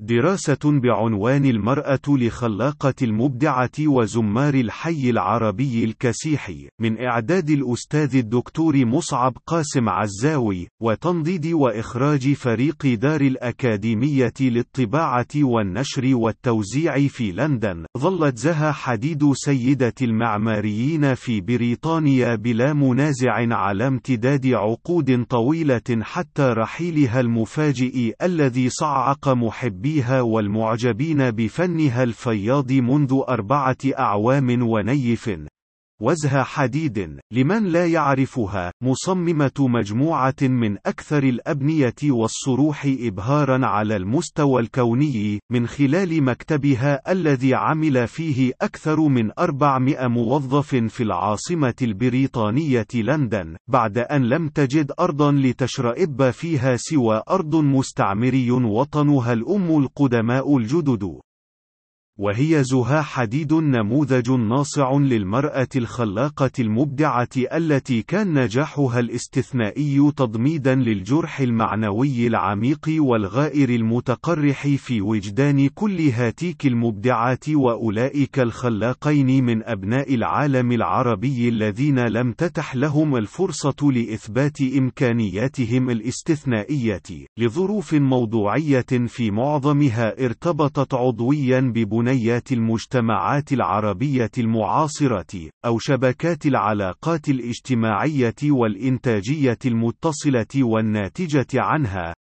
دراسة بعنوان المرأة لخلاقة المبدعة وزمار الحي العربي الكسيحي، من إعداد الأستاذ الدكتور مصعب قاسم عزاوي، وتنضيد وإخراج فريق دار الأكاديمية للطباعة والنشر والتوزيع في لندن. ظلت زها حديد سيدة المعماريين في بريطانيا بلا منازع على امتداد عقود طويلة حتى رحيلها المفاجئ الذي صعق محبيها والمعجبين بفنها الفياض منذ 4 أعوام ونيف. وزها حديد، لمن لا يعرفها، مصممة مجموعة من أكثر الأبنية والصروح إبهارا على المستوى الكوني، من خلال مكتبها الذي عمل فيه أكثر من 400 موظف في العاصمة البريطانية لندن، بعد أن لم تجد أرضا لتشرئب فيها سوى أرض مستعمري وطنها الأم القدماء الجدد. وهي زها حديد نموذج ناصع للمرأة الخلاقة المبدعة التي كان نجاحها الاستثنائي تضميدا للجرح المعنوي العميق والغائر المتقرح في وجدان كل هاتيك المبدعات وأولئك الخلاقين من أبناء العالم العربي الذين لم تتح لهم الفرصة لإثبات إمكانياتهم الاستثنائية، لظروف موضوعية في معظمها ارتبطت عضويا ببنيات المجتمعات العربية المعاصرة، أو شبكات العلاقات الاجتماعية والإنتاجية المتصلة والناتجة عنها.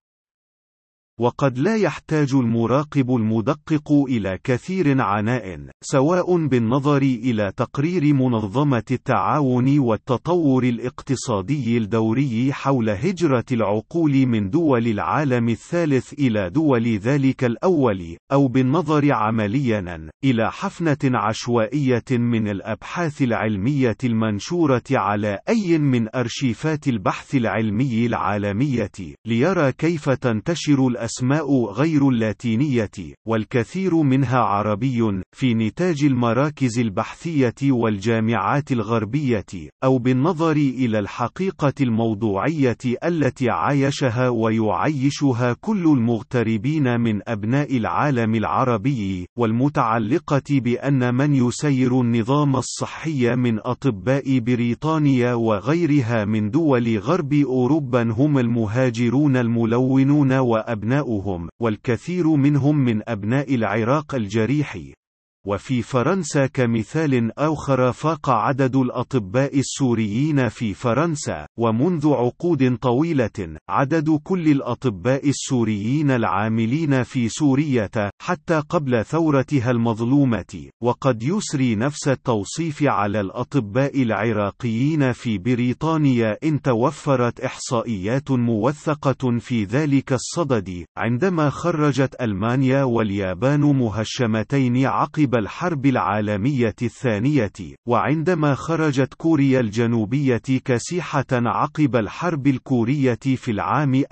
وقد لا يحتاج المراقب المدقق إلى كثير عناء، سواء بالنظر إلى تقرير منظمة التعاون والتطور الاقتصادي الدوري حول هجرة العقول من دول العالم الثالث إلى دول ذلك الأول، أو بالنظر عملياً إلى حفنة عشوائية من الأبحاث العلمية المنشورة على أي من أرشيفات البحث العلمي العالمية، ليرى كيف تنتشر الأسماء غير اللاتينية، والكثير منها عربي، في نتاج المراكز البحثية والجامعات الغربية، أو بالنظر إلى الحقيقة الموضوعية التي عايشها ويعيشها كل المغتربين من أبناء العالم العربي، والمتعلقة بأن من يسير النظام الصحي من أطباء بريطانيا وغيرها من دول غرب أوروبا هم المهاجرون الملونون وأبناؤهم، والكثير منهم من أبناء العراق الجريح. وفي فرنسا كمثال آخر فاق عدد الأطباء السوريين في فرنسا، ومنذ عقود طويلة، عدد كل الأطباء السوريين العاملين في سوريا، حتى قبل ثورتها المظلومة. وقد يسري نفس التوصيف على الأطباء العراقيين في بريطانيا إن توفرت إحصائيات موثقة في ذلك الصدد، عندما خرجت ألمانيا واليابان مهشمتين عقب الحرب العالمية الثانية، وعندما خرجت كوريا الجنوبية كسيحة عقب الحرب الكورية في العام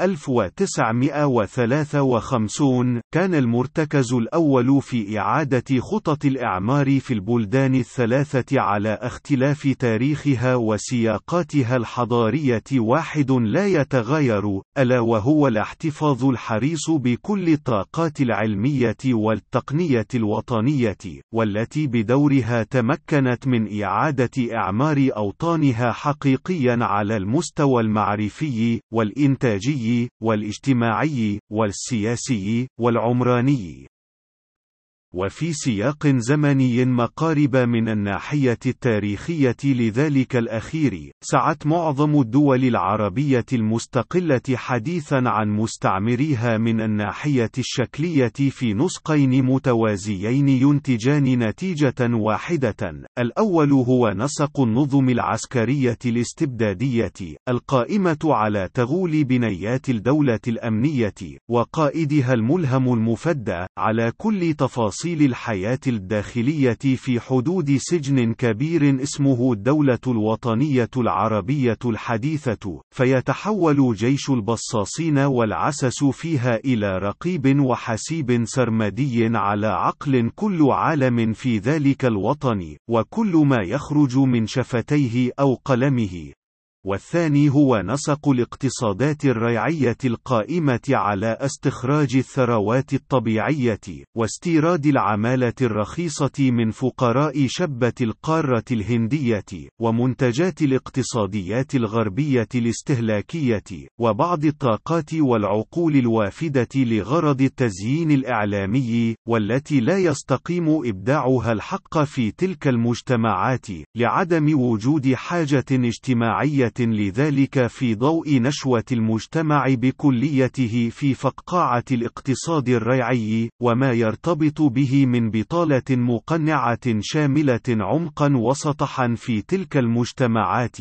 1953. كان المرتكز الأول في إعادة خطط الإعمار في البلدان الثلاثة على اختلاف تاريخها وسياقاتها الحضارية واحد لا يتغير، ألا وهو الاحتفاظ الحريص بكل الطاقات العلمية والتقنية الوطنية، والتي بدورها تمكنت من إعادة إعمار أوطانها حقيقيا على المستوى المعرفي والإنتاجي والاجتماعي والسياسي والعمراني. وفي سياق زمني مقارب من الناحية التاريخية لذلك الأخير، سعت معظم الدول العربية المستقلة حديثا عن مستعمريها من الناحية الشكلية في نسقين متوازيين ينتجان نتيجة واحدة. الأول هو نسق النظم العسكرية الاستبدادية القائمة على تغول بنيات الدولة الأمنية وقائدها الملهم المفدى على كل تفاصيل الحياة الداخلية في حدود سجن كبير اسمه الدولة الوطنية العربية الحديثة، فيتحول جيش البصاصين والعسس فيها إلى رقيب وحسيب سرمدي على عقل كل عالم في ذلك الوطن، وكل ما يخرج من شفتيه أو قلمه. والثاني هو نسق الاقتصادات الريعية القائمة على استخراج الثروات الطبيعية، واستيراد العمالة الرخيصة من فقراء شبة القارة الهندية، ومنتجات الاقتصاديات الغربية الاستهلاكية، وبعض الطاقات والعقول الوافدة لغرض التزيين الإعلامي، والتي لا يستقيم إبداعها الحق في تلك المجتمعات، لعدم وجود حاجة اجتماعية لذلك في ضوء نشوة المجتمع بكليته في فقاعة الاقتصاد الريعي، وما يرتبط به من بطالة مقنعة شاملة عمقا وسطحا في تلك المجتمعات.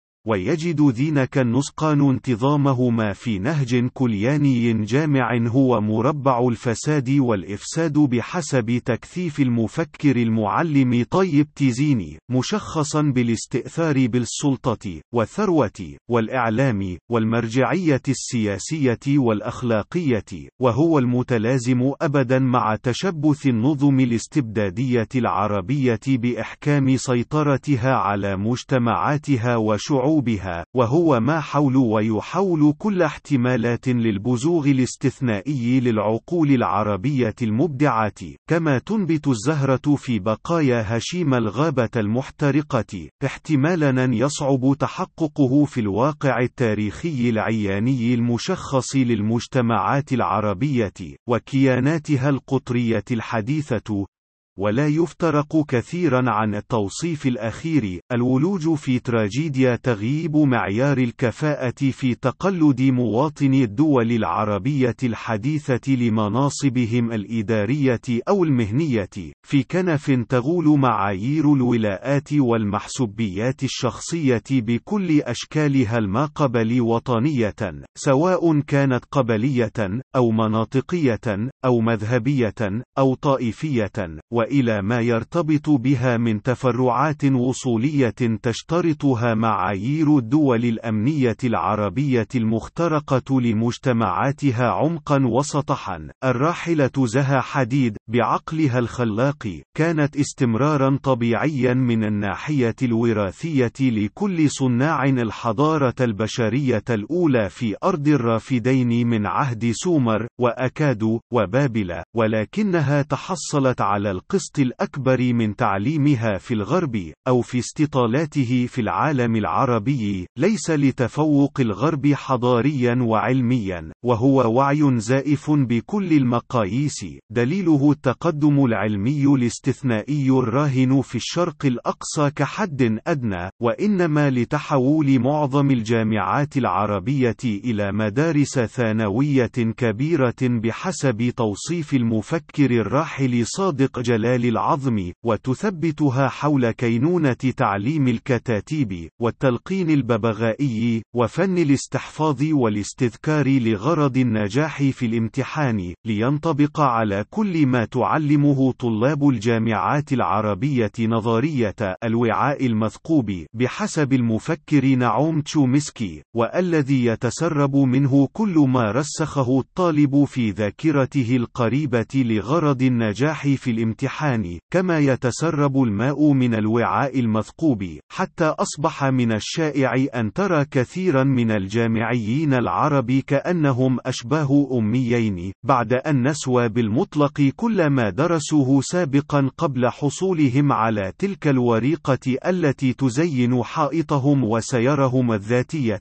ويجد ذينك النسقان انتظامهما في نهج كلياني جامع هو مربع الفساد والإفساد بحسب تكثيف المفكر المعلم طيب تيزيني، مشخصا بالاستئثار بالسلطة والثروة والإعلام والمرجعية السياسية والأخلاقية، وهو المتلازم أبدا مع تشبث النظم الاستبدادية العربية بإحكام سيطرتها على مجتمعاتها وشعوبها، وهو ما حول ويحول كل احتمالات للبزوغ الاستثنائي للعقول العربية المبدعة، كما تنبت الزهرة في بقايا هشيم الغابة المحترقة، احتمالا يصعب تحققه في الواقع التاريخي العياني المشخص للمجتمعات العربية وكياناتها القطرية الحديثة. ولا يفترق كثيرا عن التوصيف الأخير، الولوج في تراجيديا تغييب معيار الكفاءة في تقلد مواطني الدول العربية الحديثة لمناصبهم الإدارية أو المهنية، في كنف تغول معايير الولاءات والمحسوبيات الشخصية بكل أشكالها الماقبل وطنية، سواء كانت قبلية، أو مناطقية، أو مذهبية، أو طائفية، وإلى ما يرتبط بها من تفرعات وصولية تشترطها معايير الدول الأمنية العربية المخترقة لمجتمعاتها عمقا وسطحا. الراحلة زها حديد بعقلها الخلاق كانت استمرارا طبيعيا من الناحية الوراثية لكل صناع الحضارة البشرية الأولى في أرض الرافدين من عهد سومر وأكاد وبابل، ولكنها تحصلت على القسط الأكبر من تعليمها في الغرب، أو في استطالاته في العالم العربي، ليس لتفوق الغرب حضاريا وعلميا، وهو وعي زائف بكل المقاييس، دليله التقدم العلمي الاستثنائي الراهن في الشرق الأقصى كحد أدنى، وإنما لتحول معظم الجامعات العربية إلى مدارس ثانوية كبيرة بحسب توصيف المفكر الراحل صادق جلال العظم، وتثبتها حول كينونة تعليم الكتاتيب والتلقين الببغائي وفن الاستحفاظ والاستذكار لغرض النجاح في الامتحان، لينطبق على كل ما تعلمه طلاب الجامعات العربية نظرية الوعاء المثقوب بحسب المفكر نعوم تشومسكي، والذي يتسرب منه كل ما رسخه الطالب في ذاكرته القريبة لغرض النجاح في الامتحان، كما يتسرب الماء من الوعاء المثقوب، حتى أصبح من الشائع أن ترى كثيرا من الجامعيين العرب كأنهم أشباه أميين، بعد أن نسوا بالمطلق كل ما درسوه سابقا قبل حصولهم على تلك الوريقة التي تزين حائطهم وسيرهم الذاتية.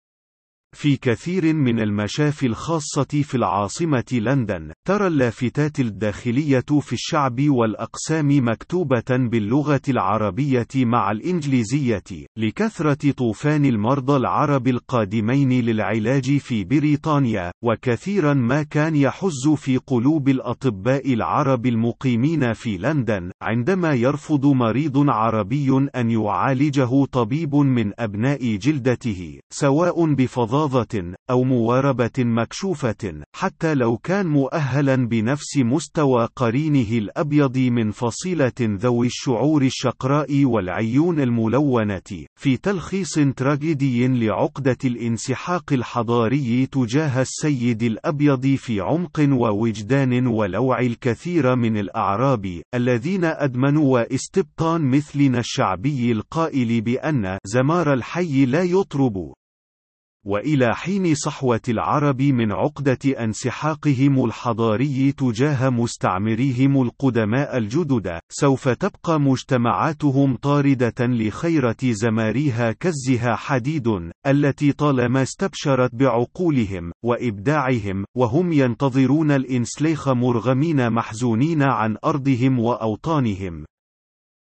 في كثير من المشافي الخاصة في العاصمة لندن، ترى اللافتات الداخلية في الشعب والأقسام مكتوبة باللغة العربية مع الإنجليزية، لكثرة طوفان المرضى العرب القادمين للعلاج في بريطانيا، وكثيرا ما كان يحز في قلوب الأطباء العرب المقيمين في لندن، عندما يرفض مريض عربي أن يعالجه طبيب من أبناء جلدته، سواء بفضائل اضطهاضة، أو مواربة مكشوفة، حتى لو كان مؤهلا بنفس مستوى قرينه الأبيض من فصيلة ذوي الشعور الشقراء والعيون الملونة. في تلخيص تراجيدي لعقدة الانسحاق الحضاري تجاه السيد الأبيض في عمق ووجدان ولوع الكثير من الأعراب، الذين أدمنوا واستبطان مثلنا الشعبي القائل بأن زمار الحي لا يطرب. وإلى حين صحوة العرب من عقدة انسحاقهم الحضاري تجاه مستعمريهم القدماء الجدد، سوف تبقى مجتمعاتهم طاردة لخيرة زماريها كالزها حديد، التي طالما استبشرت بعقولهم وإبداعهم، وهم ينتظرون الانسلاخ مرغمين محزونين عن أرضهم وأوطانهم.